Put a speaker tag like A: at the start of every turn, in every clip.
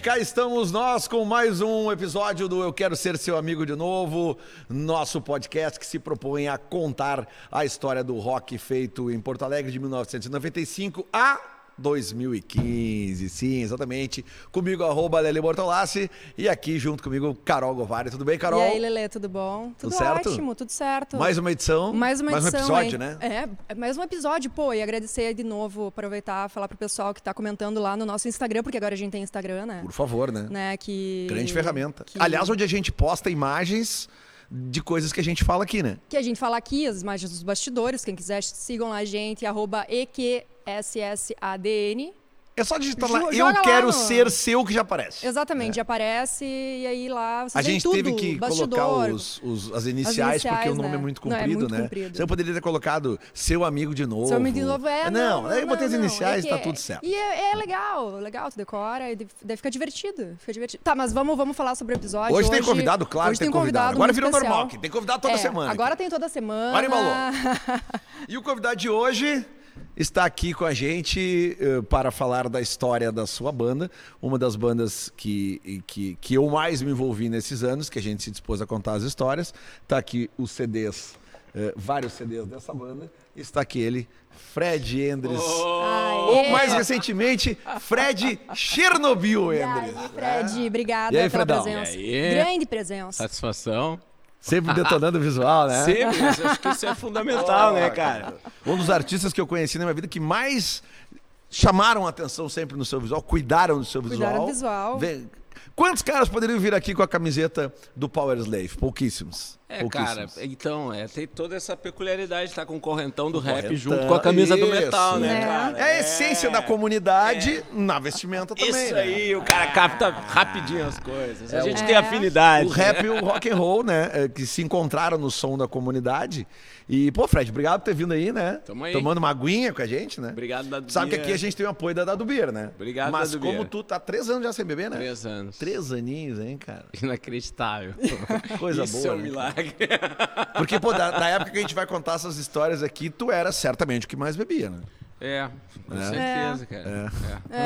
A: cá estamos nós com mais um episódio do Eu Quero Ser Seu Amigo de Novo, nosso podcast que se propõe a contar a história do rock feito em Porto Alegre de 1995 a 2015, sim, exatamente. Comigo, @Lele Bortolassi, e aqui junto comigo, Carol Govari. Tudo bem, Carol?
B: E aí, Lele, tudo bom?
A: Tudo certo?
B: Ótimo, tudo certo.
A: Mais uma edição.
B: Mais um
A: episódio, né?
B: Mais um episódio, pô, e agradecer de novo, aproveitar, falar pro pessoal que tá comentando lá no nosso Instagram, porque agora a gente tem Instagram, né?
A: Por favor, né? Grande ferramenta. Aliás, onde a gente posta imagens de coisas que a gente fala aqui, né?
B: Que a gente fala aqui, as imagens dos bastidores, quem quiser sigam lá a gente, @EQSSADN.
A: É só digitar lá, eu quero ser seu, que já aparece.
B: Exatamente, já aparece, e aí lá vocês
A: a gente
B: tudo,
A: teve que
B: bastidor,
A: colocar as iniciais, porque o nome
B: né?
A: é muito comprido,
B: Não, é muito
A: né?
B: comprido.
A: Você poderia ter colocado seu amigo de novo.
B: Seu amigo de novo
A: Não, aí eu botei as iniciais e tá tudo certo.
B: E é legal, tu decora, e daí fica divertido, Tá, mas vamos falar sobre o episódio.
A: Hoje tem convidado, claro,
B: hoje tem convidado.
A: Agora virou
B: especial.
A: normal, tem convidado toda semana.
B: Agora tem toda semana.
A: Agora embalou. E o convidado de hoje está aqui com a gente para falar da história da sua banda, uma das bandas que eu mais me envolvi nesses anos, que a gente se dispôs a contar as histórias. Está aqui os CDs, vários CDs dessa banda. Está aqui ele, Fred Endres. Ou mais recentemente, Fred Chernobyl Endres.
B: E aí, Fred, obrigada
A: aí,
B: pela
A: Fredão?
B: presença. Grande presença.
C: Satisfação.
A: Sempre detonando o visual, né?
C: Sempre, mas acho que isso é fundamental, né, cara?
A: Um dos artistas que eu conheci na minha vida que mais chamaram a atenção sempre no seu visual, cuidaram do seu visual.
B: Cuidaram do visual.
A: Quantos caras poderiam vir aqui com a camiseta do Power Slave? Pouquíssimos.
C: Cara, então, tem toda essa peculiaridade de estar com o correntão do rap junto com a camisa do metal, né, cara?
A: É a essência da comunidade na vestimenta também.
C: Isso
A: né?
C: aí, o cara capta rapidinho as coisas. A gente tem afinidade.
A: O rap e o rock and roll, né, que se encontraram no som da comunidade. E, pô, Fred, obrigado por ter vindo aí, né?
C: Tamo aí.
A: Tomando uma aguinha com a gente, né?
C: Obrigado, Dado Beer.
A: Sabe que aqui a gente tem o apoio da Dado Beer, né?
C: Obrigado,
A: Mas
C: Dado
A: como
C: Beer.
A: tu tá 3 anos já sem beber, né?
C: 3 anos.
A: 3 aninhos, hein, cara?
C: Inacreditável.
A: Coisa
C: Isso
A: boa,
C: é um
A: né?
C: milagre.
A: Porque, pô, da época que a gente vai contar essas histórias aqui, tu era certamente o que mais bebia, né?
C: Com certeza, cara.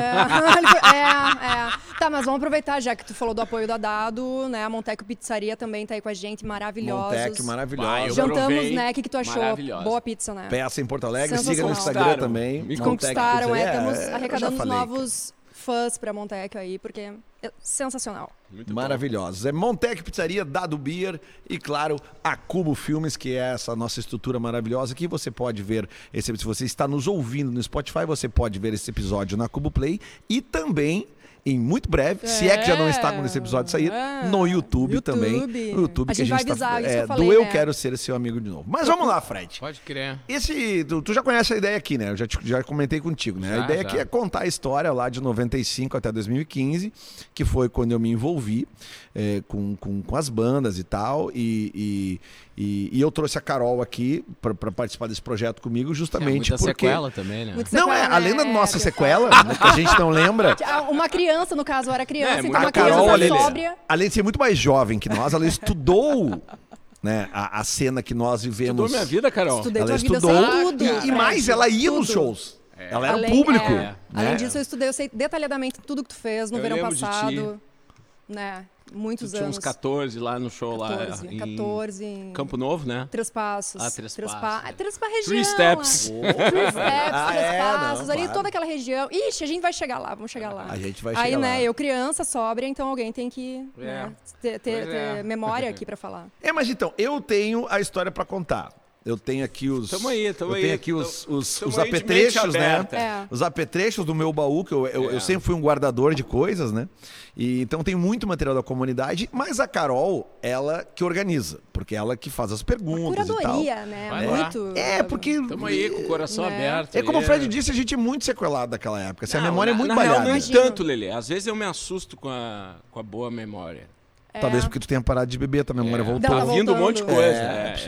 B: Tá, mas vamos aproveitar, já que tu falou do apoio da Dado, né? A Monteco Pizzaria também tá aí com a gente, maravilhosos.
A: Montec, maravilhosa.
B: Jantamos, né? O que tu achou?
C: Maravilhosa.
B: Boa pizza, né?
A: Peça em Porto Alegre, siga no
B: Sensacional.
A: Instagram também.
C: Me
B: Conquistaram,
A: Montec Pizzaria.
B: estamos
A: Eu já
B: arrecadando
A: falei,
B: novos fãs pra Monteco aí, porque é sensacional.
C: Muito
A: maravilhosos. É Montec Pizzaria, Dado Beer e, claro, a Cubo Filmes, que é essa nossa estrutura maravilhosa que você pode ver. Se você está nos ouvindo no Spotify, você pode ver esse episódio na Cubo Play e também, em muito breve, se é que já não está quando esse episódio sair, no YouTube também. No YouTube
B: A
A: que
B: gente vai avisar, isso que eu
A: do
B: falei,
A: Eu
B: né?
A: Quero Ser Seu Amigo de Novo. Mas vamos lá, Fred.
C: Pode crer.
A: Tu já conhece a ideia aqui, né? Eu já comentei contigo, né? A ideia aqui é contar a história lá de 95 até 2015, que foi quando eu me envolvi com as bandas e tal. E eu trouxe a Carol aqui para participar desse projeto comigo, justamente
C: muita
A: porque...
C: sequela também, né?
A: Além da nossa sequela, né, que a gente não lembra...
B: Uma criança, no caso, eu era criança, então
A: A
B: uma
A: Carol,
B: criança sóbria.
A: além de ser muito mais jovem que nós, ela estudou, né, a cena que nós vivemos.
C: Estudou minha vida, Carol.
B: Estudei
A: Ela
B: tua vida,
A: estudou
B: eu sei tudo.
A: e mais, ela ia nos
B: Tudo.
A: shows. Ela era
B: Além-
A: público.
B: é.
A: Né?
B: Além disso, eu sei detalhadamente tudo que tu fez no
C: Eu
B: verão
C: lembro de
B: passado. Né? Muitos
C: Tinha
B: anos.
C: uns 14 lá no show
B: 14,
C: lá em
B: 14 em
C: Campo Novo, né?
B: Três Passos.
C: Três Passos.
B: Três Passos, região.
C: Three Steps.
B: Lá. Três Steps, Três Passos,
A: não,
B: ali
A: claro.
B: toda aquela região. Ixi, a gente vai chegar lá, vamos chegar lá.
A: A gente vai
B: Aí,
A: chegar
B: né,
A: lá.
B: eu criança, sóbria, então alguém tem que né, ter
C: Pois é.
B: memória aqui pra falar.
A: Mas então, eu tenho a história para contar. Eu tenho aqui os.
C: Tamo aí.
A: tenho aqui os
C: Tamo aí de
A: apetrechos,
C: mente
A: né?
C: aberta.
A: Os apetrechos do meu baú, que eu sempre fui um guardador de coisas, né? E, então tem muito material da comunidade, mas a Carol, ela que organiza, porque ela que faz as perguntas e tal.
B: Curadoria, né?
C: Vai lá.
B: Muito.
A: Porque.
C: Tamo aí com o coração
B: Né?
C: aberto.
A: É como o
C: aí.
A: Fred disse, a gente é muito sequelado daquela época. A
C: Não,
A: memória é muito
C: na
A: balhada.
C: real, nem
B: Imagino.
C: tanto, Lelê. Às vezes eu me assusto com a boa memória.
A: Talvez porque tu tenha parado de beber, tua memória voltou.
B: Tá
C: Tá vindo um
B: voltando.
C: monte de coisa.
A: É possível.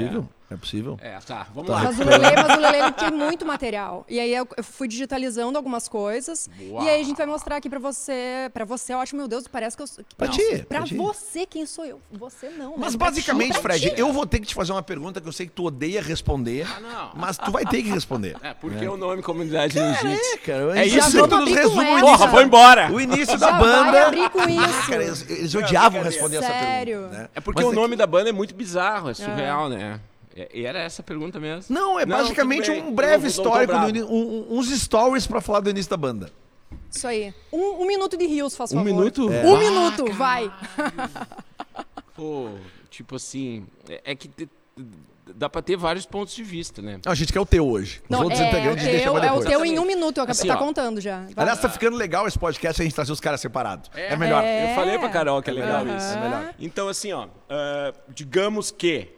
A: É possível?
C: Tá, vamos lá.
B: Mas o Lelê ele tem muito material. E aí eu fui digitalizando algumas coisas.
C: Uau.
B: E aí a gente vai mostrar aqui pra você. Pra você, eu acho, meu Deus, parece que eu...
A: Pra ti.
B: Pra você, quem sou eu? Você não, né?
A: Mas
B: Pra
A: basicamente,
B: ti,
A: Fred, eu vou ter que te fazer uma pergunta que eu sei que tu odeia responder.
C: Não.
A: Mas tu vai ter que responder.
C: Porque o nome Comunidade Ninjitsu.
A: Cara,
C: É isso.
B: Já
A: tu nos
B: vamos abrir com
A: resume
B: essa.
C: Porra, vou embora.
A: o início
B: Já
A: da banda.
B: vai abrir com isso.
A: Cara, eles odiavam responder essa
B: Sério?
A: pergunta. Né?
C: É porque o nome da banda é muito bizarro, é surreal, né? E era essa a pergunta mesmo.
A: Não, é basicamente
C: tudo bem.
A: um breve
C: Eu não tô
A: histórico,
C: bravo.
A: uns stories pra falar do início da banda.
B: Isso aí. Um minuto de rios, faz favor.
C: minuto?
B: Um minuto, vai.
C: Pô, tipo assim, é que dá pra ter vários pontos de vista, né?
A: Não, a gente quer o teu hoje. Os
B: Não,
A: outros integrantes a gente deixa pra
B: é o
A: depois.
B: teu em um minuto,
C: Assim,
B: tá
C: ó.
B: contando já. Vai.
A: Aliás, tá ficando legal esse podcast a gente trazer os caras separados. É melhor.
C: Eu falei pra Carol que é legal
B: Aham.
C: isso.
A: É melhor.
C: Então, assim, ó, digamos que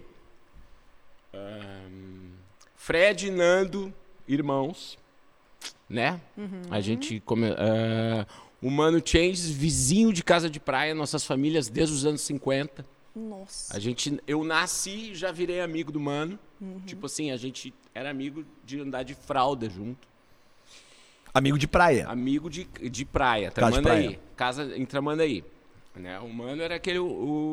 C: Fred e Nando, irmãos, né? A gente o Mano Changes, vizinho de casa de praia, nossas famílias desde os anos 50.
B: Nossa.
C: Eu nasci e já virei amigo do Mano. Tipo assim, a gente era amigo de andar de fralda junto.
A: Amigo de praia.
C: Amigo de praia,
A: Casa de
C: Tramandaí.
A: praia.
C: Casa em Tramandaí. Né? O Mano era aquele...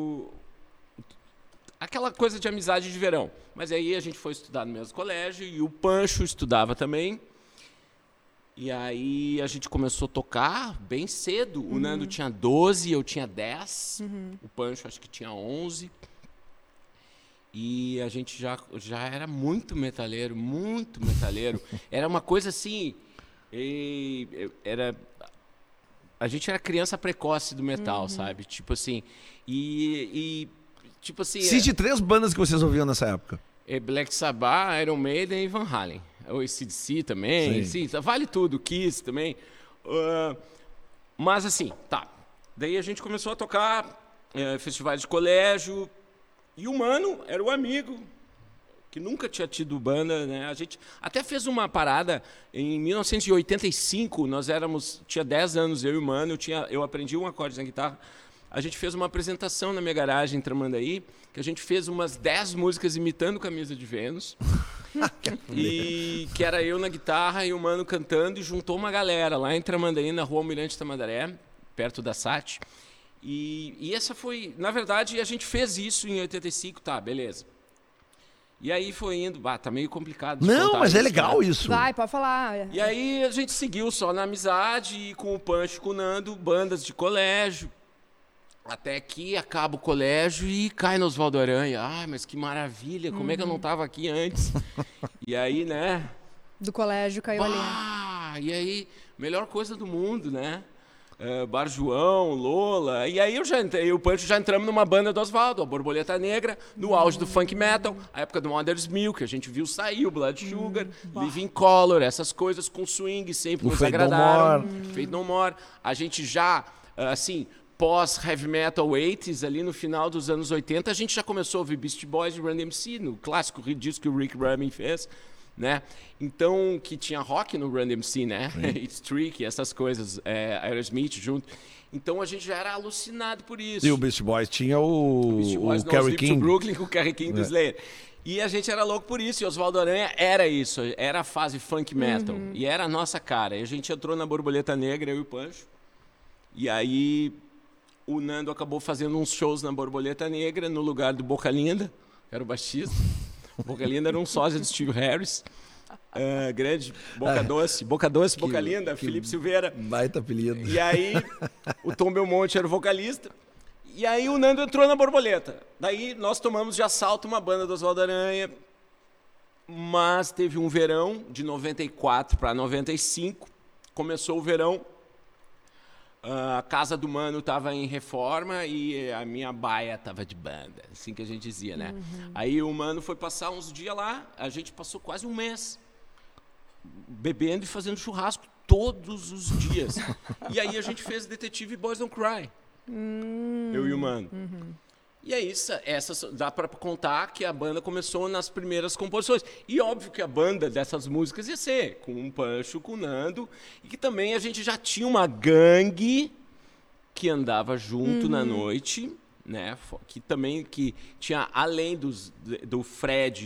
C: aquela coisa de amizade de verão. Mas aí a gente foi estudar no mesmo colégio e o Pancho estudava também. E aí a gente começou a tocar bem cedo. O Nando tinha 12, eu tinha 10. O Pancho acho que tinha 11. E a gente já era muito metaleiro, muito metaleiro. Era uma coisa assim... A gente era criança precoce do metal, sabe? Tipo assim... Tipo assim...
A: Cite 3 bandas que vocês ouviam nessa época.
C: Black Sabbath, Iron Maiden e Van Halen. O AC/DC também, sim, vale tudo, Kiss também. Mas assim, tá. Daí a gente começou a tocar festivais de colégio. E o Mano era o amigo que nunca tinha tido banda, né? A gente até fez uma parada em 1985, tinha 10 anos, eu e o Mano, eu aprendi um acorde na guitarra. A gente fez uma apresentação na minha garagem em Tramandaí, que a gente fez umas 10 músicas imitando Camisa de Vênus. E que era eu na guitarra e o Mano cantando, e juntou uma galera lá em Tramandaí, na Rua Almirante Tamandaré, perto da SAT. E essa foi... Na verdade, a gente fez isso em 85, tá, beleza. E aí foi indo... tá meio complicado.
A: Não, mas é legal
C: né?
A: isso.
B: Vai, pode falar.
C: E aí a gente seguiu só na amizade, e com o Pancho, com o Nando, bandas de colégio. Até que acaba o colégio e cai no Osvaldo Aranha. Ai, mas que maravilha, como é que eu não estava aqui antes? E aí, né?
B: Do colégio caiu ali.
C: E aí, melhor coisa do mundo, né? Bar João, Lola. E aí eu e o Pancho já entramos numa banda do Osvaldo, a Borboleta Negra, no auge do funk metal, a época do Mother's Milk, a gente viu sair o Blood Sugar, Living Color, essas coisas com swing sempre nos agradaram. Fate No More. A gente já, assim... pós-heavy metal 80s, ali no final dos anos 80, a gente já começou a ouvir Beastie Boys e Run DMC, no clássico disco que o Rick Rubin fez, né? Então, que tinha rock no Run DMC, né? It's Tricky, essas coisas, Aerosmith junto. Então, a gente já era alucinado por isso.
A: E o Beastie Boys tinha o Kerry King.
C: Brooklyn com o Kerry King do Slayer. E a gente era louco por isso, e Osvaldo Aranha era isso, era a fase funk metal, e era a nossa cara. E a gente entrou na Borboleta Negra, eu e o Pancho, e aí... O Nando acabou fazendo uns shows na Borboleta Negra, no lugar do Boca Linda, que era o baixista. O Boca Linda era um sósia do Steve Harris. Grande, Boca Doce, Boca Linda, Felipe Silveira.
A: Baita apelido.
C: E aí, o Tom Belmonte era o vocalista. E aí, o Nando entrou na Borboleta. Daí, nós tomamos de assalto uma banda do Osvaldo Aranha. Mas teve um verão, de 94 para 95. Começou o verão. A casa do Mano estava em reforma e a minha baia estava de banda, assim que a gente dizia, né? Aí o Mano foi passar uns dias lá, a gente passou quase um mês bebendo e fazendo churrasco todos os dias. E aí a gente fez Detetive Boys Don't Cry, eu e o Mano. E é isso, dá para contar que a banda começou nas primeiras composições. E óbvio que a banda dessas músicas ia ser com o Pancho, com o Nando, e que também a gente já tinha uma gangue que andava junto na noite, né? Que tinha, além do Fred,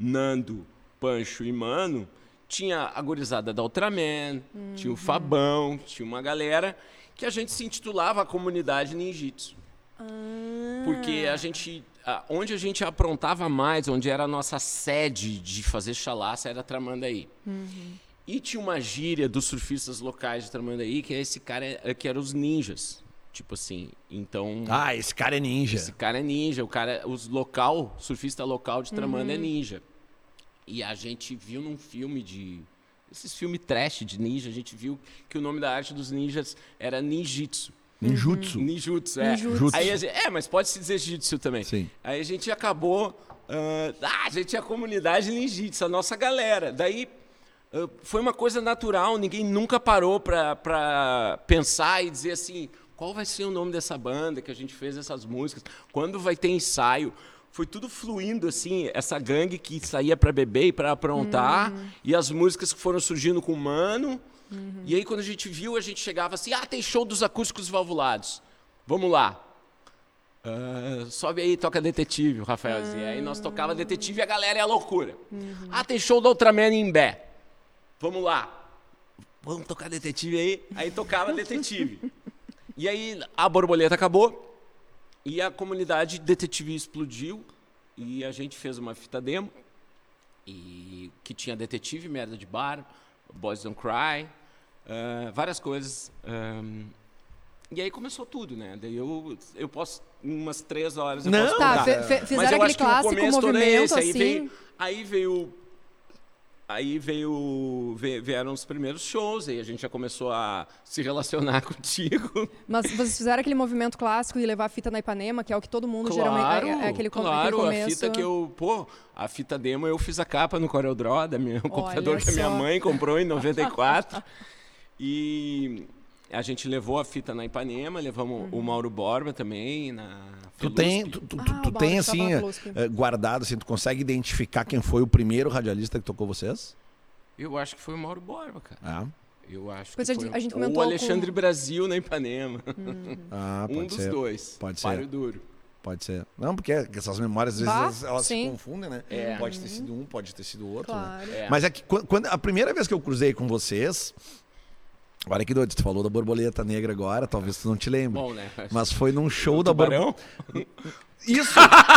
C: Nando, Pancho e Mano, tinha a gurizada da Ultraman, tinha o Fabão, tinha uma galera que a gente se intitulava a comunidade ninjitsu. Porque onde a gente aprontava mais, onde era a nossa sede de fazer chalaça, era Tramandaí. E tinha uma gíria dos surfistas locais de Tramandaí, que é esse cara que eram os ninjas. Tipo assim, então...
A: Ah, esse cara é ninja.
C: Esse cara é ninja, surfista local de Tramandaí é ninja. E a gente viu num filme esses filmes trash de ninja, a gente viu que o nome da arte dos ninjas era ninjitsu.
A: Ninjutsu.
C: Ninjutsu, é.
A: Ninjutsu.
C: Aí mas pode-se dizer jitsu também.
A: Sim.
C: Aí a gente acabou... a gente é a comunidade ninjitsu, a nossa galera. Daí foi uma coisa natural, ninguém nunca parou pra pensar e dizer assim, qual vai ser o nome dessa banda que a gente fez essas músicas? Quando vai ter ensaio? Foi tudo fluindo, assim, essa gangue que saía pra beber e pra aprontar, e as músicas que foram surgindo com o Mano... E aí, quando a gente viu, a gente chegava assim, tem show dos acústicos valvulados. Vamos lá. Sobe aí, toca Detetive, o Rafael dizia. Aí nós tocava Detetive e a galera é a loucura. Tem show da Ultraman em Imbé. Vamos lá. Vamos tocar Detetive aí. Aí tocava Detetive. E aí a borboleta acabou e a comunidade Detetive explodiu e a gente fez uma fita demo que tinha Detetive, Merda de Bar, Boys Don't Cry, várias coisas. E aí começou tudo, né? Daí eu posso, umas 3 horas, eu posso
B: Tá,
C: contar.
B: fizeram aquele clássico movimento, assim...
C: Aí vieram os primeiros shows, aí a gente já começou a se relacionar contigo.
B: Mas vocês fizeram aquele movimento clássico de levar a fita na Ipanema, que é o que todo mundo geralmente... É aquele começo.
C: A fita que a fita demo eu fiz a capa no CorelDRAW, o computador que a minha mãe comprou em 94. E a gente levou a fita na Ipanema, levamos o Mauro Borba também na Felusp.
A: Tu tem assim, guardado, assim, tu consegue identificar quem foi o primeiro radialista que tocou vocês?
C: Eu acho que foi o Mauro Borba, cara. Eu acho
B: pois
C: que foi
B: a gente comentou
C: o Alexandre Brasil na Ipanema.
A: Pode
C: dos
A: ser.
C: dois.
A: Pode ser.
C: Páreo duro.
A: Pode ser. Não, porque essas memórias, às vezes, elas se confundem, né?
C: É.
A: Pode ter sido um, pode ter sido outro.
B: Claro.
A: Né? Mas é que quando a primeira vez que eu cruzei com vocês... Olha que doido, tu falou da Borboleta Negra agora, talvez tu não te lembre.
C: Bom, né?
A: Mas foi num show da
C: Borboleta.
A: Isso!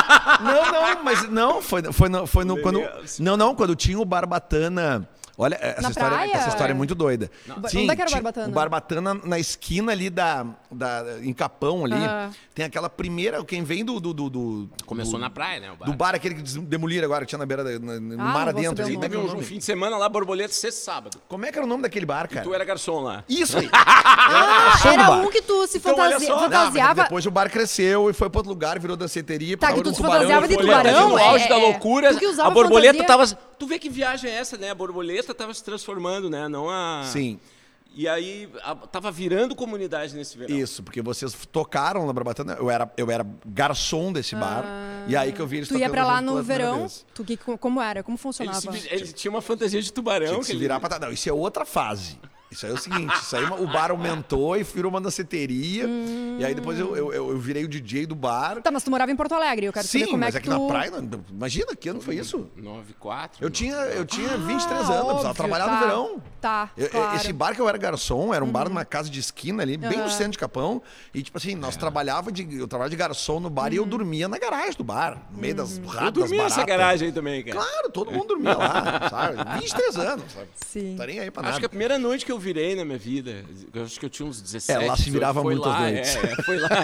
A: Não, foi no quando tinha o Barbatana. Olha, essa história é muito doida.
B: Sim, onde é que era o Barbatana?
A: O Barbatana na esquina ali em Capão ali. Tem aquela primeira, quem vem do
C: começou na praia, né? O bar.
A: Do bar, aquele que demoliram agora, que tinha na beira, no mar adentro.
C: Ali. Teve um fim de semana lá, Borboleta, sexta e sábado.
A: Como é que era o nome daquele bar, cara?
C: E tu era garçom lá.
A: Isso aí!
B: Era um que tu se fantasiava.
A: Depois o bar cresceu e foi para outro lugar, virou danceteria.
B: Tá, que tu se fantasiava de tubarão.
C: No auge da loucura,
B: a
C: Borboleta tava... Tu vê que viagem é essa, né? A Borboleta tava se transformando, né? Não a...
A: Sim.
C: E aí tava virando comunidade nesse verão.
A: Isso, porque vocês tocaram na Barbatana. Eu era garçom desse bar. E aí que eu vi eles
B: tocando. Tu ia pra lá no verão. Como era? Como funcionava?
C: Ele tinha uma fantasia de tubarão.
A: Tinha que se virar pra... Não, isso é outra fase. Isso aí é o seguinte, o bar aumentou e virou uma danceteria. E aí depois eu virei o DJ do bar.
B: Tá, mas tu morava em Porto Alegre, eu quero saber como é que
A: mas aqui na praia, imagina, que ano foi isso?
C: 94.
A: Eu tinha 23 anos, eu precisava trabalhar no verão.
B: Tá, claro.
A: Esse bar que eu era garçom, era um bar numa casa de esquina ali, bem no centro de Capão. E tipo assim, eu trabalhava de garçom no bar e eu dormia na garagem do bar, no meio das ratas,
C: eu dormia nessa garagem aí também, cara.
A: Claro, todo mundo dormia lá, sabe? 23 anos, sabe?
B: Sim.
A: Não tá nem aí pra nada.
C: Acho que a primeira noite que eu virei na minha vida, eu acho que eu tinha uns 17.
A: Lá se virava muito as noites.
C: Foi lá.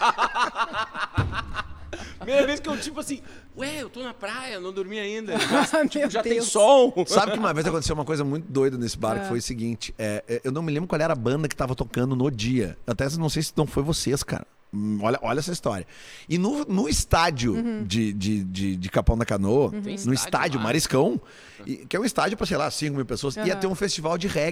C: Primeira vez que eu, tipo assim, eu tô na praia, não dormi ainda. Já tem sol.
A: Sabe que uma vez aconteceu uma coisa muito doida nesse bar, que foi o seguinte, eu não me lembro qual era a banda que tava tocando no dia. Até não sei se não foi vocês, cara. Olha essa história. E no estádio de Capão da Canoa, no estádio Mariscão, que é um estádio para, sei lá, 5 mil pessoas, ia ter um festival de reggae.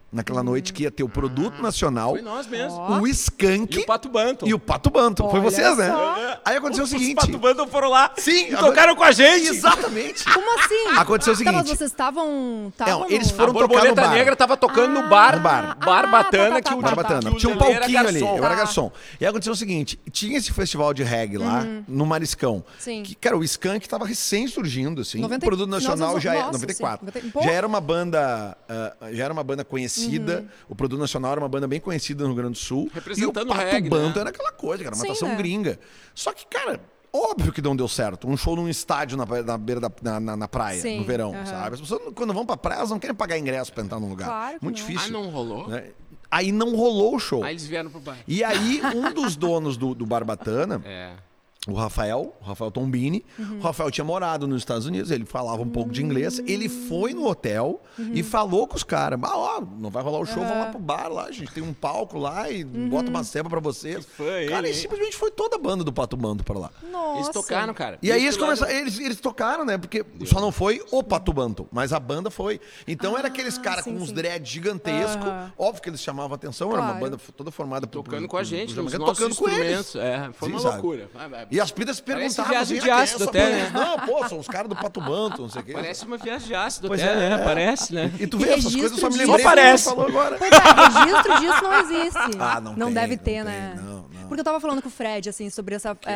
A: naquela noite que ia ter o produto nacional,
C: Foi nós mesmo.
A: o Skank
C: E o Pato Banton.
A: e o Pato Banton. Foi
B: Olha
A: vocês, né?
B: só.
A: Aí aconteceu o seguinte...
C: Os Pato Banton foram lá
A: Sim,
C: e tocaram com a gente.
A: Exatamente.
B: Como assim?
A: Aconteceu o
B: Tá, mas
A: seguinte.
B: vocês estavam...
A: Não, eles
C: A
A: foram tocar no
C: Borboleta
A: bar.
C: Negra tava tocando no bar.
A: No bar.
C: Barbatana, que o
A: Barbatana.
C: que o
A: Tinha um
C: Lelê era
A: palquinho ali,
C: garçom.
A: eu era
B: Tá.
A: garçom. E aí aconteceu o seguinte, tinha esse festival de reggae lá, no Mariscão.
B: Sim.
A: Que, cara, o Skank tava recém surgindo, assim.
B: 90
A: o produto nacional
B: nossa,
A: já é...
B: nossa,
A: 94.
B: sim. 90
A: Já era uma banda... já era uma banda conhecida. O produto nacional era uma banda bem conhecida no Rio Grande do Sul.
C: Representando
A: e o Pato
C: reggae,
A: Banton
C: né?
A: era aquela coisa, cara, uma
B: Sim,
A: atração
B: né?
A: gringa. Só que, cara... Óbvio que não deu certo. Um show num estádio na beira na praia,
B: Sim,
A: no verão,
B: aham.
A: sabe? As pessoas, quando vão pra praia, elas não querem pagar ingresso pra entrar num lugar.
B: Claro que
A: Muito
B: não.
A: difícil.
C: Ah, não rolou?
A: Né? Aí não rolou o show.
C: Aí eles vieram pro bar.
A: E aí, um dos donos do Barbatana,
C: É.
A: o Rafael Tombini, o Rafael tinha morado nos Estados Unidos, ele falava um pouco de inglês, ele foi no hotel e falou com os caras, ó, não vai rolar o show, vamos lá pro bar lá, a gente tem um palco lá e bota uma ceba pra vocês.
C: Que foi
A: Cara,
C: ele,
A: e
C: hein?
A: simplesmente foi toda a banda do Pato Banto pra lá.
B: Nossa.
C: Eles tocaram, cara.
A: E aí
C: Isso lá
A: eles tocaram, né? Porque só não foi o Pato Banto, mas a banda foi. Então era aqueles caras com
B: sim,
A: uns
B: sim.
A: dreads gigantescos.
B: Aham.
A: Óbvio que eles chamavam atenção, era uma
B: Claro.
A: banda toda formada por
C: Tocando com a gente, nos nossos
A: tocando com eles.
C: instrumentos. É, foi
A: Sim,
C: uma
A: sabe?
C: loucura.
A: E as pidas
C: Parece
A: perguntavam
C: viagem
A: assim,
C: de
A: "Ah, quem é
C: ácido
A: essa
C: até,
A: banda?"
C: né?
A: Não, pô, são os caras do Pato Banto, não sei o quê.
C: Parece uma viagem de ácido
A: Pois
C: até,
A: é,
C: né?
A: é.
C: Parece, né?
A: E tu
B: E
A: vê, essas coisas eu só me
B: registro
A: lembrei
C: disso-
A: que
C: Parece.
A: tu falou agora.
B: Pois é, registro disso não existe.
A: Ah, não tem,
B: deve
A: não
B: ter,
A: tem,
B: né?
A: não.
B: Porque eu tava falando com o Fred, assim, sobre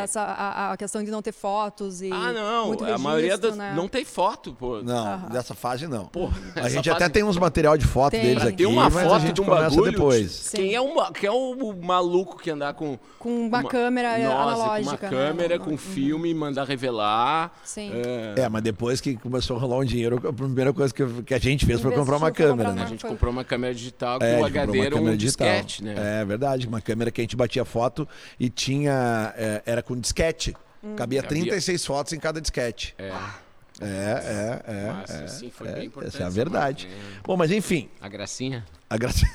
B: a questão de não ter fotos e
C: Ah, não.
B: muito
C: A
B: registro,
C: maioria das...
B: né?
C: não tem foto, pô.
A: Não, dessa fase não. a
C: essa
A: gente
C: fase-
A: até tem uns material de foto
B: Tem.
A: deles
B: Pra
A: aqui,
C: Tem uma
A: mas a
C: foto
A: gente
C: de um
A: começa
C: bagulho.
A: depois.
C: Quem é o maluco que andar com
B: Com uma câmera analógica.
C: Com uma câmera,
B: né?
C: com filme, mandar revelar.
B: Sim.
A: É, mas depois que começou a rolar um dinheiro, a primeira coisa que a gente fez foi
B: Investiu,
A: comprar uma
B: foi
A: câmera,
B: comprar
A: né?
C: A gente
B: Foi.
C: comprou uma câmera digital que
A: É,
C: o
A: a gente comprou
C: HD
A: uma
C: era
A: câmera
C: um
A: digital.
C: disquete, né?
A: É verdade, uma câmera que a gente batia foto e tinha... era com disquete. Cabia 36 fotos em cada disquete.
C: Nossa, sim, foi bem importante.
A: Essa é a verdade. Bom, mas enfim,
C: A gracinha.
A: a graça...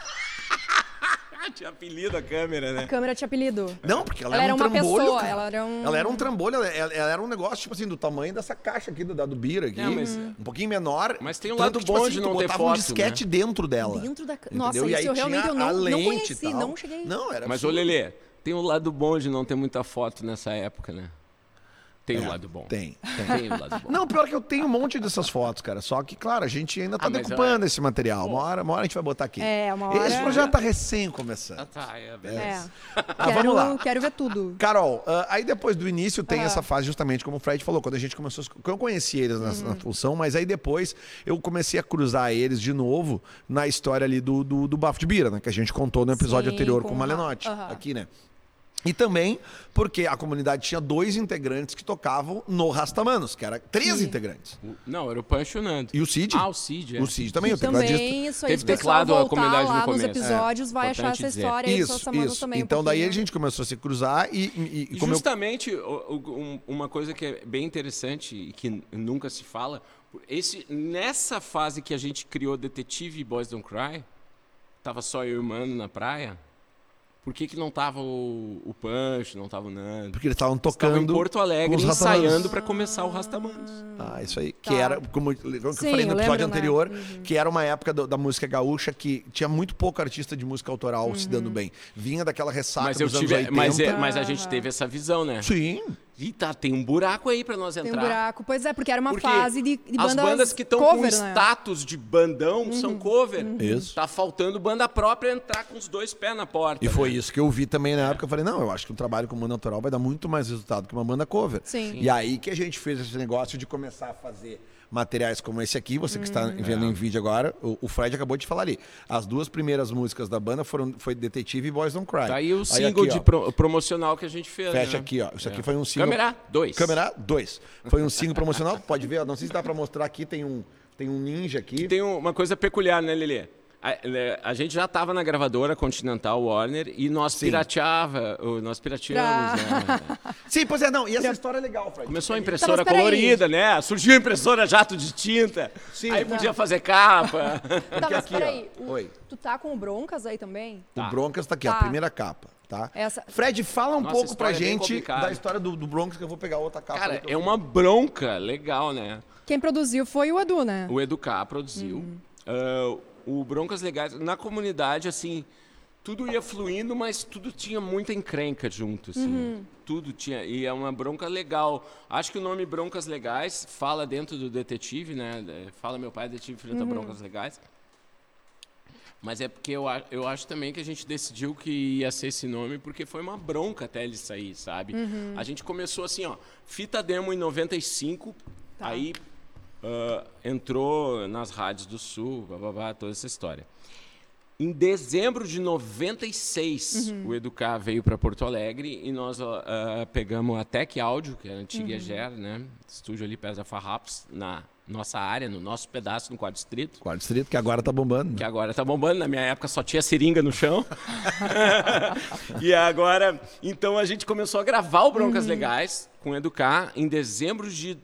C: Tinha apelido a câmera, né?
B: A câmera tinha apelido.
A: Não, porque ela
B: Ela
A: era um
B: era uma
A: trambolho,
B: pessoa,
A: cara.
B: ela era um...
A: Ela era um trambolho, ela era um negócio, tipo assim, do tamanho dessa caixa aqui do Bira aqui.
C: Não, mas-
A: Um pouquinho menor.
C: Mas tem o
A: tanto
C: lado
A: que, tipo
C: bom
A: assim,
C: de
A: tu
C: não ter
A: botava um
C: foto,
A: disquete
C: né?
A: dentro dela.
B: Dentro da...
A: Entendeu?
B: Nossa,
A: E aí
B: isso eu realmente
A: tinha
B: eu não
A: a lente
B: conheci,
A: e tal.
B: não cheguei...
A: Não, era
C: Mas, ô
A: absurdo.
C: Lelê, tem o lado bom de não ter muita foto nessa época, né? Tem o lado bom.
A: Tem.
C: Tem o lado bom.
A: Não, pior que eu tenho um monte dessas fotos, cara. Só que, claro, a gente ainda tá
C: Ah, mas
A: decupando esse material. Uma hora a gente vai botar aqui.
B: É, uma hora...
A: Esse projeto tá recém começando.
C: Ah, tá, é
B: É.
C: beleza.
A: vamos lá.
B: Quero ver tudo.
A: Carol, aí depois do início tem essa fase justamente como o Fred falou, quando a gente começou, eu conheci eles na função, mas aí depois eu comecei a cruzar eles de novo na história ali do Bafo de Bira, né, que a gente contou no episódio
B: Sim,
A: anterior
B: com
A: com o
B: o
A: Malenotti,
B: Aham.
A: aqui, né? E também porque a comunidade tinha 2 integrantes que tocavam no Rastamanos, que era 3 integrantes.
C: Não, era o Pancho e o Nando.
A: E o Cid?
C: Ah, o Cid, é.
A: O Cid também, o
B: E
A: tecladista.
B: também, isso aí,
C: Teve
B: se o pessoal
C: teclado, a
B: voltar
C: comunidade no
B: lá nos
C: começo.
B: episódios, vai achar
C: Importante
B: essa
C: dizer.
B: história aí,
A: Isso,
B: Rastamanos
A: isso.
B: também.
A: Então
B: um
A: daí a
B: pouquinho.
A: gente começou a se cruzar e
C: E
A: como eu...
C: justamente uma coisa que é bem interessante e que nunca se fala, nessa fase que a gente criou Detetive e Boys Don't Cry, tava só eu e o Mano na praia, por que não tava o Punch, não tava o Nando?
A: Porque eles estavam
C: Estavam
A: tocando
C: em Porto Alegre
A: com os Rastamanos.
C: ensaiando para começar o Rastamanos.
A: Ah, isso aí. Que
B: Tá.
A: era, como eu
B: Sim,
A: falei no
B: eu
A: episódio
B: lembro, né?
A: anterior, que era uma época da música gaúcha que tinha muito pouco artista de música autoral se dando bem. Vinha daquela ressaca
C: Mas eu
A: dos anos
C: tive,
A: 80.
C: mas a gente teve essa visão, né?
A: Sim.
C: E tá, tem um buraco aí para nós
B: Tem
C: entrar.
B: um buraco. Pois é, porque era uma
C: Porque
B: fase de
C: as bandas que estão
B: cover,
C: com
B: né?
C: status de bandão são cover.
A: Isso.
C: Tá faltando banda própria entrar com os 2 pés na porta.
A: E foi
C: né?
A: isso que eu vi também na época. Eu falei, não, eu acho que um trabalho com banda autoral vai dar muito mais resultado que uma banda cover.
B: Sim.
A: E aí que a gente fez esse negócio de começar a fazer materiais como esse aqui, você que está vendo em vídeo agora, o Fred acabou de falar ali. As 2 primeiras músicas da banda foi Detetive e Boys Don't Cry.
C: Tá aí o single
A: aqui,
C: de
A: ó,
C: promocional que a gente fez.
A: fecha
C: né?
A: aqui, ó. Isso aqui foi um single.
C: Câmera 2.
A: Câmera 2. Foi um single promocional. Pode ver, ó, não sei se dá pra mostrar aqui, tem um ninja aqui.
C: Tem uma coisa peculiar, né, Lelê? A gente já estava na gravadora Continental Warner e nós nós pirateamos, né?
A: Sim, pois é, não. E essa história é legal, Fred.
C: Começou a
B: Tá,
C: impressora
B: mas peraí.
C: colorida, né? Surgiu a impressora jato de tinta.
A: Sim.
C: Aí podia fazer capa.
B: Tá, mas
A: aqui, ó.
B: peraí.
A: Oi.
B: Tu tá com o Broncas aí também?
A: O Broncas tá aqui, a
B: Tá.
A: primeira capa, tá?
B: Essa-
A: Fred, fala um
C: Nossa,
A: pouco pra
C: história é bem
A: gente
C: complicada.
A: da história do Broncas, que eu vou pegar outra capa.
C: Cara,
A: ali pra
C: é
A: eu-
C: uma bronca legal, né?
B: Quem produziu foi o Edu, né?
C: O Educar produziu. o Broncas Legais, na comunidade, assim, tudo ia fluindo, mas tudo tinha muita encrenca junto, assim. Tudo tinha, e é uma bronca legal. Acho que o nome Broncas Legais fala dentro do detetive, né? Fala meu pai, detetive enfrenta Broncas Legais. Mas é porque eu acho também que a gente decidiu que ia ser esse nome porque foi uma bronca até ele sair, sabe? A gente começou assim, ó, fita demo em 95, aí entrou nas rádios do Sul, toda essa história. Em dezembro de 96, o Educar veio para Porto Alegre e nós pegamos a Tec Áudio, que é a antiga EGER, né? Estúdio ali perto da Farrapos, na nossa área, no nosso pedaço, no 4º Distrito.
A: 4º Distrito, que agora tá bombando. Né?
C: Que agora tá bombando. Na minha época só tinha seringa no chão. E agora... Então a gente começou a gravar o Broncas Legais com o Educar em dezembro de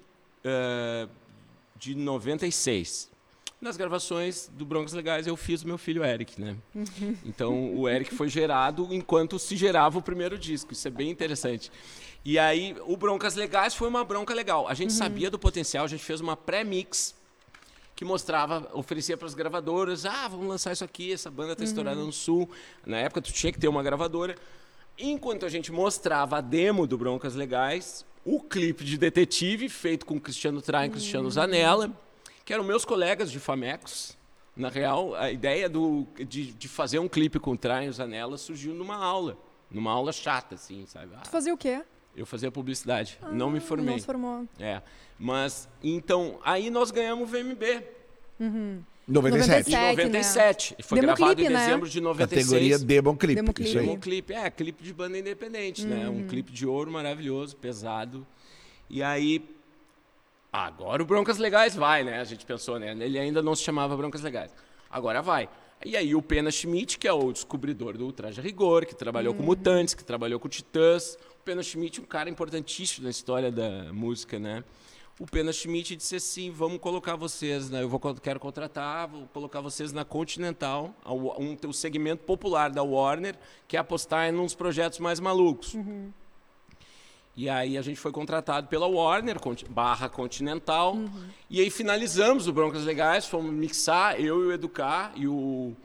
C: 96. Nas gravações do Broncas Legais eu fiz o meu filho Eric, né? Então o Eric foi gerado enquanto se gerava o primeiro disco. Isso é bem interessante. E aí o Broncas Legais foi uma bronca legal. A gente sabia do potencial, a gente fez uma pré-mix que mostrava, oferecia para as gravadoras, vamos lançar isso aqui, essa banda está estourada no Sul. Na época tu tinha que ter uma gravadora. Enquanto a gente mostrava a demo do Broncas Legais, o clipe de Detetive, feito com Cristiano Traem e Cristiano Zanella, que eram meus colegas de Famecos. Na real, a ideia de fazer um clipe com o Traem e Zanella surgiu numa aula chata, assim, sabe?
B: Tu fazia o quê?
C: Eu fazia publicidade, não me formei.
B: Não se formou.
C: Mas, então, aí nós ganhamos o VMB.
A: 97.
C: Em 97. Foi
B: Demo
C: gravado
B: clipe,
C: em
B: né?
C: dezembro de 96.
A: Categoria Demo Clip.
B: Demo clipe.
A: Isso aí.
C: Demo clipe. Clipe de banda independente, né? Um clipe de ouro maravilhoso, pesado. E aí, agora o Broncas Legais vai, né? A gente pensou, né? Ele ainda não se chamava Broncas Legais. Agora vai. E aí o Pena Schmidt, que é o descobridor do Ultraje a Rigor, que trabalhou com Mutantes, que trabalhou com Titãs. O Pena Schmidt, um cara importantíssimo na história da música, né? O Pena Schmidt disse assim, vamos colocar vocês, né? Quero contratar, vou colocar vocês na Continental, o segmento popular da Warner, que é apostar em uns projetos mais malucos. E aí a gente foi contratado pela Warner, /Continental, e aí finalizamos o Broncas Legais, fomos mixar, eu e o Educar, e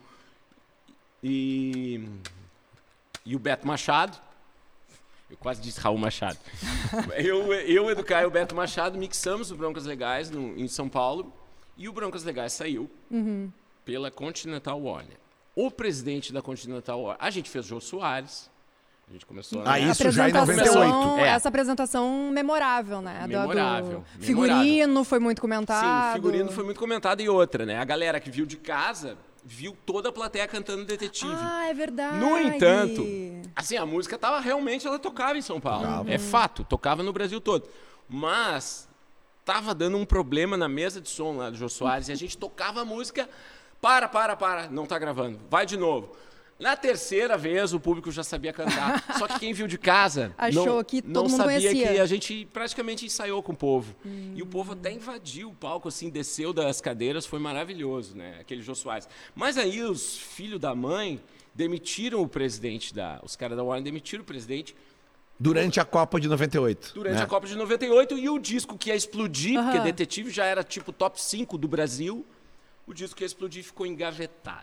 C: o Beto Machado. Eu quase disse Raul Machado. eu, o Educar e o Beto Machado mixamos o Broncas Legais em São Paulo, e o Broncas Legais saiu pela Continental Warner. O presidente da Continental Warner... A gente fez Jô Soares. A gente começou
A: isso já em 98.
B: Essa apresentação memorável, né?
C: Memorável.
B: Figurino foi muito comentado.
C: Sim, o figurino foi muito comentado. E outra, né? A galera que viu de casa viu toda a plateia cantando Detetive.
B: É verdade.
C: No entanto, assim, a música ela tocava em São Paulo. É fato, tocava no Brasil todo. Mas tava dando um problema na mesa de som lá do Jô Soares e a gente tocava a música. Para, não tá gravando. Vai de novo. Na terceira vez, o público já sabia cantar. Só que quem viu de casa
B: achou que todo mundo
C: sabia
B: conhecia.
C: Que a gente praticamente ensaiou com o povo. E o povo até invadiu o palco, assim, desceu das cadeiras. Foi maravilhoso, né? Aquele Jô Soares. Mas aí os filhos da mãe demitiram o presidente os caras da Warner demitiram o presidente.
A: Durante a Copa de 98.
C: Durante a Copa de 98. E o disco que ia explodir, porque Detetive já era tipo top 5 do Brasil, o disco que ia explodir ficou engavetado.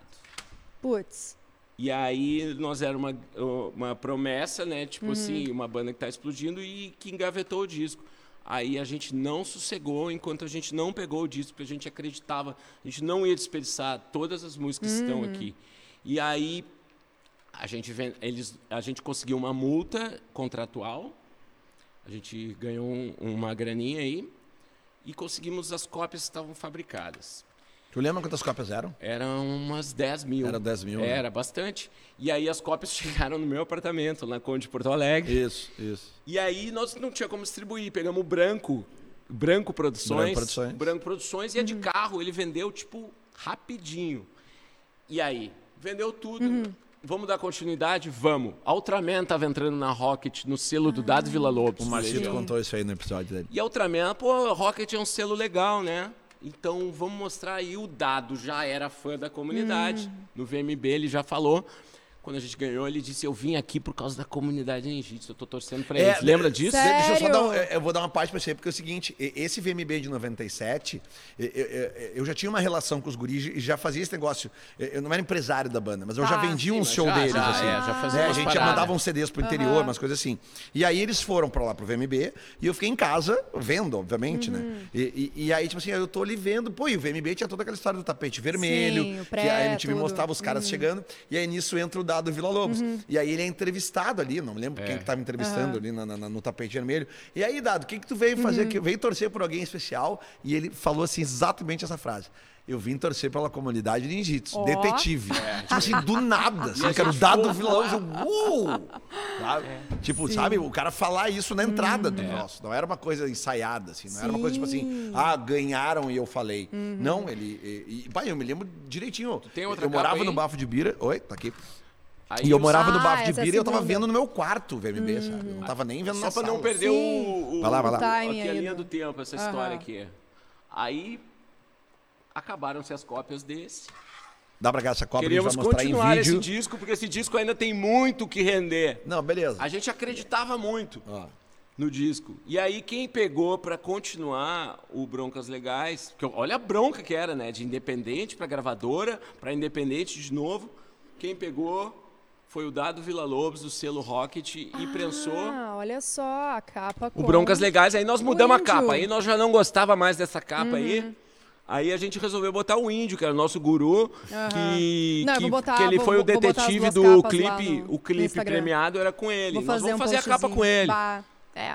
B: Putz.
C: E aí nós era uma promessa, né? Tipo assim, uma banda que tá explodindo e que engavetou o disco. Aí a gente não sossegou enquanto a gente não pegou o disco, porque a gente acreditava, a gente não ia desperdiçar todas as músicas que estão aqui. E aí a gente conseguiu uma multa contratual, a gente ganhou uma graninha aí e conseguimos as cópias que estavam fabricadas.
A: Tu lembra quantas cópias eram?
C: Eram umas 10 mil.
A: Era 10 mil.
C: Era bastante. E aí as cópias chegaram no meu apartamento, na Conde de Porto Alegre.
A: Isso.
C: E aí nós não tinha como distribuir. Pegamos o Branco Produções, e a de carro ele vendeu, tipo, rapidinho. E aí, vendeu tudo. Vamos dar continuidade? Vamos. A Ultraman estava entrando na Rocket, no selo do Dado Villa-Lobos.
A: O Marcito contou isso aí no episódio dele.
C: E a Ultraman, a Rocket é um selo legal, né? Então, vamos mostrar aí. O Dado já era fã da comunidade. No VMB ele já falou. quando a gente ganhou, ele disse, eu vim aqui por causa da comunidade ninjitsu, eu tô torcendo pra eles. Lembra disso?
B: Sério?
A: Deixa eu só eu vou dar uma parte pra você, porque é o seguinte, esse VMB de 97, eu já tinha uma relação com os guris e já fazia esse negócio. Eu não era empresário da banda, mas eu já vendia um show deles, assim.
C: Já fazia
A: a gente já mandava uns CDs pro interior, umas coisas assim. E aí eles foram pra lá pro VMB e eu fiquei em casa vendo, obviamente, né? E aí, tipo assim, eu tô ali vendo, pô, e o VMB tinha toda aquela história do tapete vermelho,
B: Sim, o
A: que a MTV
B: tudo.
A: mostrava os caras chegando, e aí nisso entra o Dado Villa-Lobos. E aí ele é entrevistado ali, não me lembro quem que tava entrevistando ali no tapete vermelho. E aí, Dado, o que tu veio fazer aqui? Veio torcer por alguém especial, e ele falou assim, exatamente essa frase. Eu vim torcer pela comunidade de ninjitsu, detetive. Tipo assim, do nada, assim, que era o Dado Villa-Lobos, tipo, sabe, o cara falar isso na entrada do nosso, não era uma coisa ensaiada, assim, não era uma coisa tipo assim, ganharam e eu falei. Não, pai, eu me lembro direitinho, eu morava no Bafo de Bira, tá aqui.
C: Aí
A: E eu morava no Bafo de
B: essa
A: Bira e eu tava
B: segunda.
A: vendo no meu quarto o VMB, sabe? Eu não tava nem vendo
C: Só
A: na
C: pra
A: sala.
C: não perder
A: Vai lá.
B: timing
C: aqui a
B: aí
C: linha
B: do-
C: do tempo, essa história aqui. Aí, acabaram-se as cópias desse.
A: Dá pra cá essa cópia, a gente
C: Queríamos
A: vai mostrar em
C: continuar esse
A: vídeo.
C: disco, porque esse disco ainda tem muito que render.
A: Não, beleza.
C: A gente acreditava muito
A: Ó.
C: no disco. E aí quem pegou pra continuar o Broncas Legais, que olha a bronca que era, né? De independente pra gravadora, pra independente de novo. Quem pegou foi o Dado Villa-Lobos, do selo Rocket, e prensou
B: Olha só, a capa
C: o Broncas Legais. Aí nós mudamos a
B: índio.
C: capa. Aí nós já não gostava mais dessa capa aí. Aí a gente resolveu botar o Índio, que era o nosso guru, que,
B: Não, eu
C: que,
B: vou botar-
C: que ele
B: vou-
C: foi o
B: vou botar as
C: detetive
B: duas
C: do
B: capas lá
C: clipe.
B: no
C: O clipe
B: Instagram.
C: premiado era com ele.
B: Vou
C: Nós
B: fazer
C: vamos
B: um
C: fazer a capa
B: postzinho.
C: com ele.
B: Bah,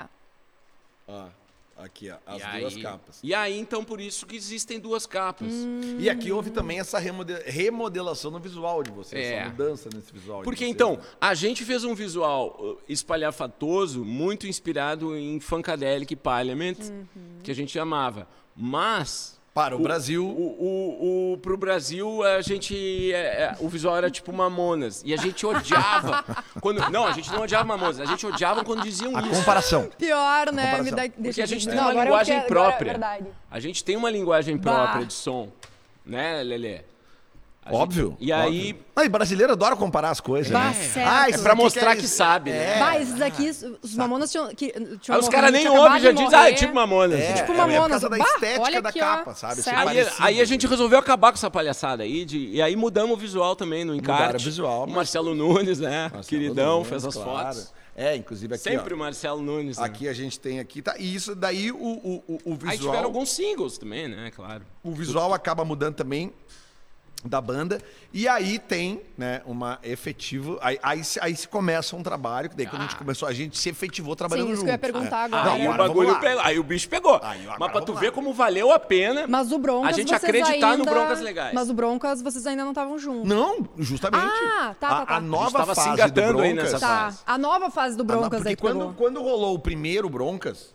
A: Ó, aqui, ó, as
C: E
A: duas
C: aí-
A: capas.
C: E aí, então, por isso que existem duas capas.
A: E aqui houve também essa remodelação no visual de vocês,
C: É.
A: essa mudança nesse visual de
C: Porque
A: vocês,
C: então,
A: né?
C: a gente fez um visual espalhafatoso, muito inspirado em Funkadelic Parliament, que a gente amava. Mas
A: Para o Brasil...
C: Pro Brasil, a gente. O visual era tipo Mamonas. E a gente odiava. Não, a gente não odiava Mamonas. A gente odiava quando diziam
A: A
C: isso.
A: comparação.
B: pior, né?
A: Comparação.
B: Me dá,
C: Porque a gente tem
B: Não,
C: uma
B: agora eu
C: linguagem
B: quero- agora é
C: própria.
B: verdade.
C: A gente tem uma linguagem própria de som. Né, Lelê? A
A: Óbvio.
C: gente- E aí.
A: óbvio. E brasileiro adora comparar as coisas,
B: Bah,
A: né?
B: certo.
A: isso
C: Pra
A: aqui
C: mostrar
A: é
C: que
A: isso.
C: sabe, né?
B: Bah, esses aqui, os Mamonas tinham
C: Aí os caras nem
B: ouvem,
C: ouvem, já dizem, é tipo Mamonas.
B: tipo
A: É
B: Mamonas.
A: por causa da
B: Bah,
A: estética
B: olha
A: da
B: aqui, ó.
A: capa, sabe? Ser
B: Certo.
A: parecido.
C: Aí a gente resolveu acabar com essa palhaçada aí, e aí mudamos o visual também no
A: Mudaram
C: encarte.
A: o visual,
C: O
A: mas-
C: Marcelo Nunes, né?
A: Marcelo
C: Queridão,
A: Nunes,
C: fez as
A: claro.
C: fotos.
A: Inclusive aqui,
C: Sempre
A: ó,
C: o Marcelo Nunes. Né?
A: aqui a gente tem aqui, tá? E isso daí o
C: Aí tiveram
A: visual,
C: alguns singles também, né? Claro.
A: o visual acaba mudando também da banda. E aí tem, né, uma efetivo. Aí se começa um trabalho, que daí quando a gente começou, a gente se efetivou trabalhando
B: Sim, isso
A: junto.
B: que eu ia perguntar
A: né?
B: agora.
A: Não,
C: Aí o
A: agora
C: bagulho
A: vamos lá.
C: pegou. Aí o bicho pegou.
A: Aí, agora
C: Mas pra tu
A: vamos
C: ver
A: lá.
C: como valeu a pena
B: Mas o Broncas,
C: a gente
B: vocês
C: acreditar
B: ainda...
C: no Broncas Legais.
B: Mas o Broncas, vocês ainda não estavam juntos.
A: Não, justamente.
B: Tá.
A: A
C: A
A: nova
C: gente tava se
A: fase do
C: engatando aí
A: Broncas.
C: nessa
B: Tá,
C: fase.
B: a nova fase do Broncas
A: Porque
B: aí que pegou.
A: quando rolou o primeiro Broncas,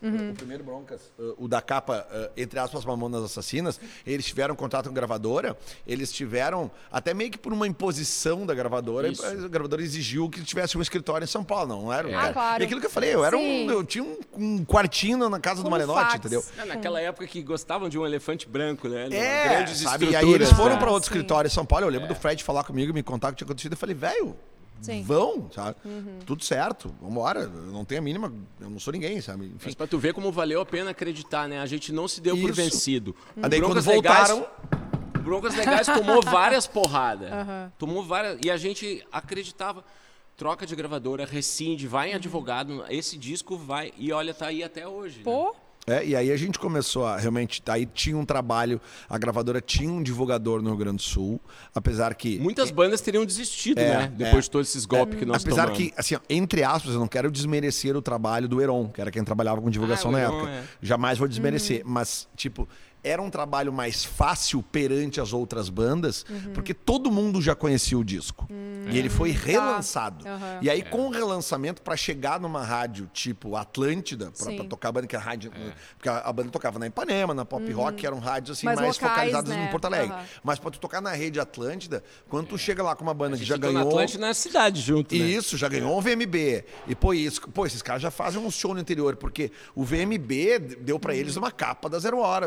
A: o da capa, entre aspas, Mamonas Assassinas, eles tiveram contato com a gravadora, eles tiveram, até meio que por uma imposição da gravadora,
C: Isso.
A: a gravadora exigiu que tivesse um escritório em São Paulo, não era?
B: claro.
A: E aquilo que eu falei,
B: Sim.
A: eu tinha um quartinho na casa do
B: Com
A: Malenotti,
B: fax.
A: entendeu?
C: Naquela época que gostavam de um elefante branco, né? Grandes
A: sabe? E aí
C: estruturas,
A: eles foram
C: né?
A: para outro
B: Sim.
A: escritório em São Paulo, eu lembro do Fred falar comigo, me contar o que tinha acontecido, eu falei, velho,
B: Sim.
A: vão, sabe? Tudo certo, vambora, eu não tenho a mínima, eu não sou ninguém, sabe? Enfim.
C: Mas pra tu ver como valeu a pena acreditar, né? A gente não se deu por
A: Isso.
C: vencido.
A: Aí daí quando
C: Broncas
A: voltaram...
C: Legais- O Broncas Legais tomou várias porradas. Tomou várias. E a gente acreditava. Troca de gravadora, rescinde, vai em advogado. Esse disco vai. E olha, tá aí até hoje. Né?
B: Pô,
A: E aí a gente começou a realmente. Aí tinha um trabalho, a gravadora tinha um divulgador no Rio Grande do Sul, apesar que.
C: Muitas bandas teriam desistido, né? Depois de todos esses golpes que nós
A: Apesar
C: tomamos.
A: que, assim, ó, entre aspas, eu não quero desmerecer o trabalho do Heron, que era quem trabalhava com divulgação
C: o
A: na
C: Heron,
A: época. Jamais vou desmerecer. Mas, tipo, era um trabalho mais fácil perante as outras bandas, porque todo mundo já conhecia o disco. E ele foi relançado.
B: Aham.
A: E aí, com o relançamento, pra chegar numa rádio tipo Atlântida, pra
B: Sim.
A: tocar a banda, que é a rádio. Porque a banda tocava na Ipanema, na Pop Rock, que eram rádios assim,
B: Mais
A: mais
B: locais,
A: focalizadas
B: né?
A: em Porto Alegre.
B: Aham.
A: Mas pra tu tocar na rede Atlântida, quando tu chega lá com uma banda que já
C: Ficou na
A: ganhou.
C: Atlântida na cidade junto, né?
A: Isso, já ganhou um VMB. E esses caras já fazem um show no interior, porque o VMB deu pra eles uma capa da 0 Hora, do segundo
B: Claro.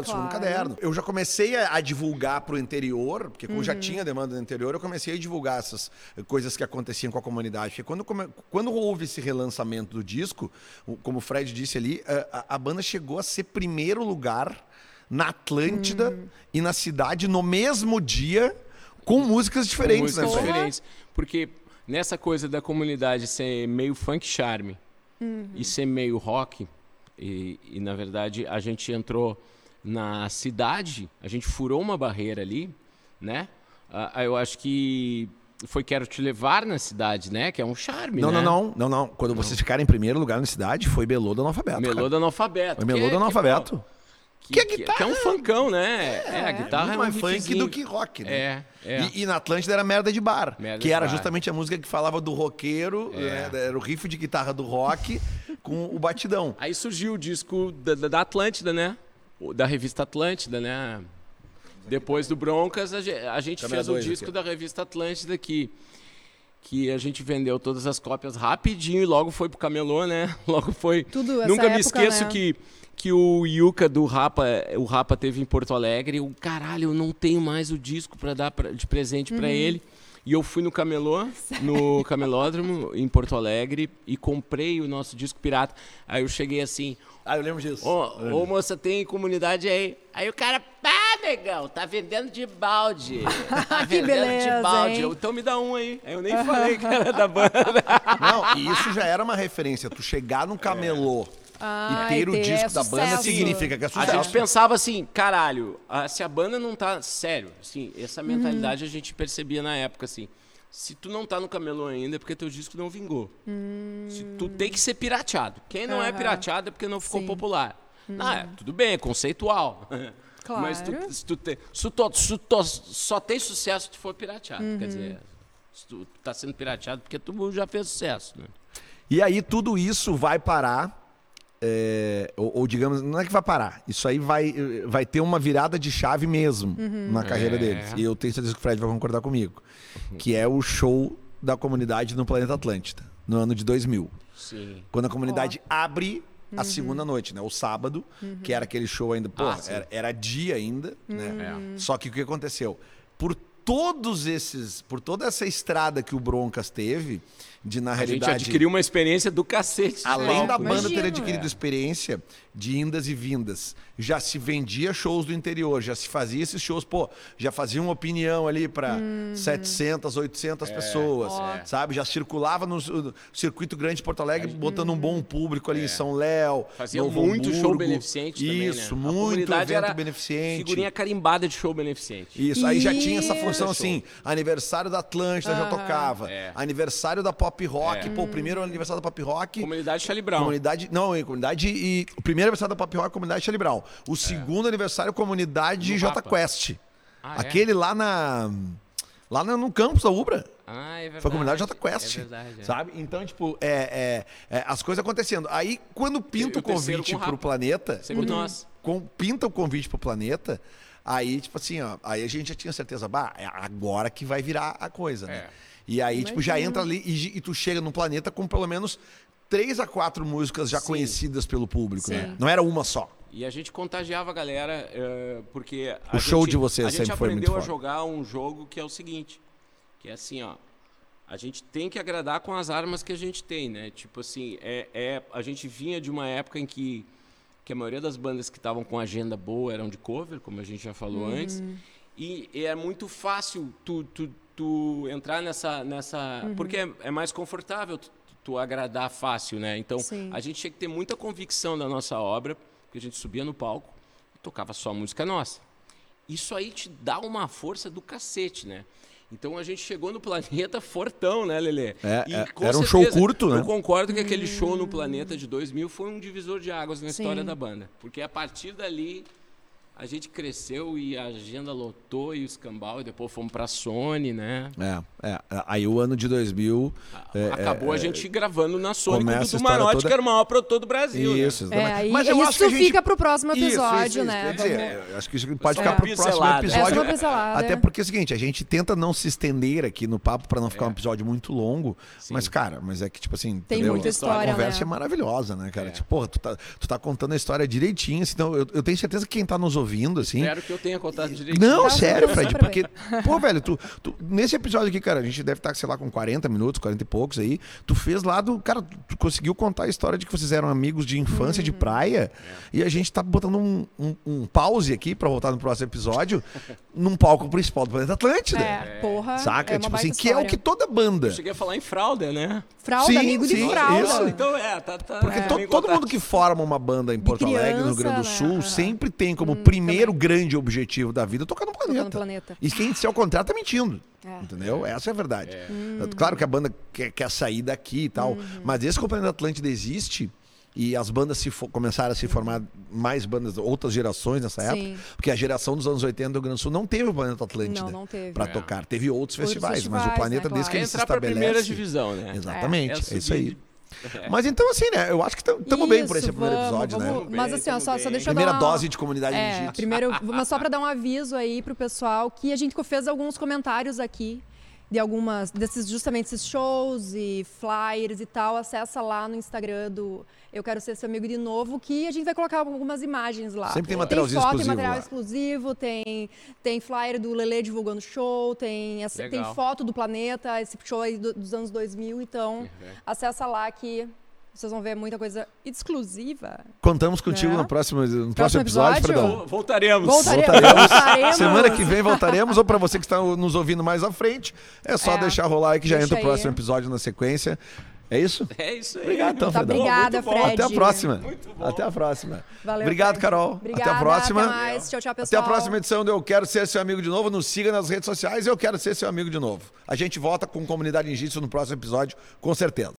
A: externo. Eu já comecei a divulgar pro interior, porque como já tinha demanda no interior, eu comecei a divulgar essas coisas que aconteciam com a comunidade. Porque quando houve esse relançamento do disco, como o Fred disse ali, a banda chegou a ser primeiro lugar na Atlântida e na cidade no mesmo dia, com músicas diferentes.
C: Com músicas diferentes. Porque nessa coisa da comunidade ser meio funk charme e ser meio rock, e na verdade a gente entrou na cidade, a gente furou uma barreira ali, né? Eu acho que foi Quero Te Levar na cidade, né? Que é um charme, né?
A: Não. Quando vocês ficaram em primeiro lugar na cidade, foi Melô do Analfabeto.
C: Melô do Analfabeto.
A: Foi Melô do Analfabeto.
C: Que é guitarra. Que é um funkão, né? A guitarra é
A: mais
C: um
A: funk do que rock, né?
C: É.
A: E na Atlântida era Merda de Bar, que era
C: bar.
A: Justamente a música que falava do roqueiro, né? Era o riff de guitarra do rock com o batidão.
C: Aí surgiu o disco da Atlântida, né? Da revista Atlântida, né? Depois do Broncas, a gente fez o disco da revista Atlântida que a gente vendeu todas as cópias rapidinho e logo foi pro camelô, né? Logo foi.
B: Tudo essa
C: Nunca
B: época,
C: me esqueço,
B: né?
C: que o Yuka do Rapa, o Rapa teve em Porto Alegre, caralho, eu não tenho mais o disco para dar de presente para ele. E eu fui no camelô, no camelódromo em Porto Alegre e comprei o nosso disco pirata. Aí eu cheguei assim,
A: eu lembro disso.
C: Ô moça, tem comunidade aí? Aí o cara, negão, tá vendendo de balde. Tá
B: Que
C: vendendo
B: beleza,
C: de balde.
B: hein?
C: Então me dá um aí. Aí eu nem falei que era da banda.
A: Não, e isso já era uma referência. Tu chegar num camelô e ter o disco da banda significa que é
C: A
A: sucesso.
C: gente pensava assim, caralho, se a banda não tá... Sério, assim, essa mentalidade a gente percebia na época, assim. Se tu não tá no camelô ainda é porque teu disco não vingou. Se tu tem que ser pirateado. Quem não é pirateado é porque não ficou popular. Tudo bem, é conceitual.
B: Claro.
C: Mas se tu só tem sucesso se tu for pirateado. Quer dizer, se tu tá sendo pirateado porque tu já fez sucesso. Né?
A: E aí tudo isso vai parar, ou digamos, não é que vai parar, isso aí vai ter uma virada de chave mesmo na carreira deles. E eu tenho certeza que o Fred vai concordar comigo. Que é o show da comunidade no Planeta Atlântida, no ano de 2000.
C: Sim.
A: Quando a comunidade abre a segunda noite, né? O sábado, que era aquele show ainda, era dia ainda, né? Só que o que aconteceu? Por toda essa estrada que o Broncas teve, na realidade...
C: A gente adquiriu uma experiência do cacete.
A: Além da banda
B: Imagino,
A: ter adquirido experiência de indas e vindas, já se vendia shows do interior, já se fazia esses shows, já fazia uma opinião ali para 700, 800 pessoas, sabe? Já circulava no circuito grande de Porto Alegre, botando um bom público ali em São Léo,
C: Fazia
A: Novo
C: muito
A: Hamburgo.
C: show beneficente
A: Isso,
C: também, né?
A: muito evento
C: era
A: beneficente.
C: Figurinha carimbada de show beneficente.
A: Isso, aí já tinha essa função assim, aniversário da Atlântida já tocava, aniversário da Pop Rock, o primeiro aniversário da Pop Rock...
C: Comunidade Charlie Brown.
A: Comunidade e... O primeiro aniversário da Pop Rock, comunidade Charlie Brown. O segundo aniversário, comunidade
C: No
A: J
C: Rapa.
A: Quest.
C: Aquele
A: lá no campus da Ubra.
C: É verdade.
A: Foi a comunidade J Quest.
C: É verdade.
A: Sabe? Então, tipo, as coisas acontecendo. Aí, quando pinta o
C: terceiro
A: convite
C: com o
A: pro
C: Rapa.
A: planeta...
C: Sempre nós.
A: Pinta o convite pro planeta... Aí, tipo assim, aí a gente já tinha certeza, é agora que vai virar a coisa, né? E aí, tipo, já entra ali e tu chega num planeta com pelo menos 3 a 4 músicas já conhecidas pelo público, né? Não era uma só.
C: E a gente contagiava a galera, porque...
A: O show de vocês sempre foi muito
C: A gente aprendeu a
A: foda.
C: jogar um jogo que é o seguinte, que é assim, a gente tem que agradar com as armas que a gente tem, né? Tipo assim, a gente vinha de uma época em que a maioria das bandas que estavam com agenda boa eram de cover, como a gente já falou antes, e é muito fácil tu entrar nessa porque é mais confortável tu agradar fácil, né? Então, a gente tinha que ter muita convicção da nossa obra, porque a gente subia no palco e tocava só música nossa. Isso aí te dá uma força do cacete, né? Então a gente chegou no Planeta fortão, né, Lelê?
A: Era um show curto, né?
C: Eu concordo que aquele show no Planeta de 2000 foi um divisor de águas na história da banda. Porque a partir dali a gente cresceu e a agenda lotou e o escambau, e depois fomos pra Sony, né?
A: Aí o ano de 2000...
C: Acabou a gente gravando na Sony com o
A: começa a
C: Dudu
A: história
C: Manotti,
A: toda-
C: que era o maior produtor do Brasil,
A: Isso,
C: né?
A: exatamente.
B: Mas
A: eu
B: isso
A: acho que a gente...
B: fica pro próximo episódio, né?
A: Quer dizer, eu acho que isso pode
C: Só
A: ficar
C: uma
A: pro próximo
C: pincelada.
A: episódio.
B: É só uma pincelada.
A: Até porque é o seguinte, a gente tenta não se estender aqui no papo pra não ficar um episódio muito longo, mas, cara, é que, tipo assim...
B: Tem
A: entendeu?
B: muita história,
A: A conversa
B: né?
A: é maravilhosa, né, cara? Tipo, porra, tu tá contando a história direitinho, assim, então eu tenho certeza que quem tá nos ouvindo ouvindo, assim.
C: Espero que eu tenha contado direitinho.
A: Não,
B: Tá,
A: sério,
B: tá
A: Fred,
B: super
A: porque, pô, velho, nesse episódio aqui, cara, a gente deve estar, sei lá, com 40 minutos, 40 e poucos aí, tu fez lá cara, tu conseguiu contar a história de que vocês eram amigos de infância, de praia, e a gente tá botando um pause aqui pra voltar no próximo episódio, num palco principal do Planeta Atlântida.
B: Porra.
A: Saca?
B: É uma
A: Tipo
B: baita
A: assim, que é o
B: história.
A: que toda banda...
C: Eu cheguei a falar em fralda, né?
B: Fralda,
A: Sim,
B: amigo de
A: sim,
B: fralda.
A: isso.
C: Então tá.
A: Porque todo mundo que forma uma banda em Porto Alegre, no Rio Grande do
B: criança,
A: Sul,
B: né?
A: sempre tem como primeiro grande objetivo da vida tocar no planeta.
B: Tocar no planeta.
A: E quem disser o contrário tá mentindo.
B: É.
A: Entendeu? Essa é a verdade. Claro que a banda quer sair daqui e tal, mas desde que o Planeta Atlântida existe e as bandas começaram a se formar, mais bandas, outras gerações nessa
B: Sim.
A: época, porque a geração dos anos 80 do Rio Grande do Sul não teve o Planeta Atlântida
B: Não teve.
A: pra tocar. Teve outros festivais, mas o
B: festivais,
A: Planeta,
B: né,
A: desde que
B: claro.
A: ele se
C: Entrar pra
A: estabelece...
C: primeira divisão, né?
A: Exatamente,
C: É
A: é isso aí.
C: subir.
A: Mas então, assim, né? Eu acho que estamos bem por esse
B: Isso,
A: primeiro
B: vamos,
A: episódio, né?
B: vamos. Mas assim, ó, só deixa eu
A: Primeira
B: dar uma...
A: dose de comunidade de jiu-jitsu.
B: Primeiro, mas só para dar um aviso aí pro pessoal que a gente fez alguns comentários aqui de justamente esses shows e flyers e tal. Acessa lá no Instagram do Eu Quero Ser Seu Amigo de Novo, que a gente vai colocar algumas imagens lá.
A: Sempre tem materialzinho exclusivo
B: Tem material
A: lá.
B: exclusivo, tem flyer do Lelê divulgando show, tem foto do Planeta, esse show aí dos anos 2000, então acessa lá que vocês vão ver muita coisa exclusiva.
A: Contamos contigo
B: Né?
A: no próximo episódio,
B: episódio?
A: Fredão.
C: Voltaremos.
B: Voltaremos.
A: Semana que vem voltaremos, ou para você que está nos ouvindo mais à frente, é só deixar rolar aí que já
B: Deixa
A: entra o próximo
B: aí.
A: episódio na sequência. É isso?
C: É isso aí.
A: Obrigado, então,
B: Tá,
A: Fredão.
B: obrigada,
C: Muito bom.
B: Fred.
A: Até a próxima.
C: Muito bom.
A: Até a próxima.
B: Valeu,
A: Obrigado,
B: Fred.
A: Carol.
B: Obrigada,
A: até a próxima.
B: Até mais. Tchau, tchau,
A: Até
B: pessoal.
A: a próxima edição do Eu Quero Ser Seu Amigo de Novo. Nos siga nas redes sociais. Eu Quero Ser Seu Amigo de Novo. A gente volta com Comunidade em Jiu-Jitsu no próximo episódio, com certeza.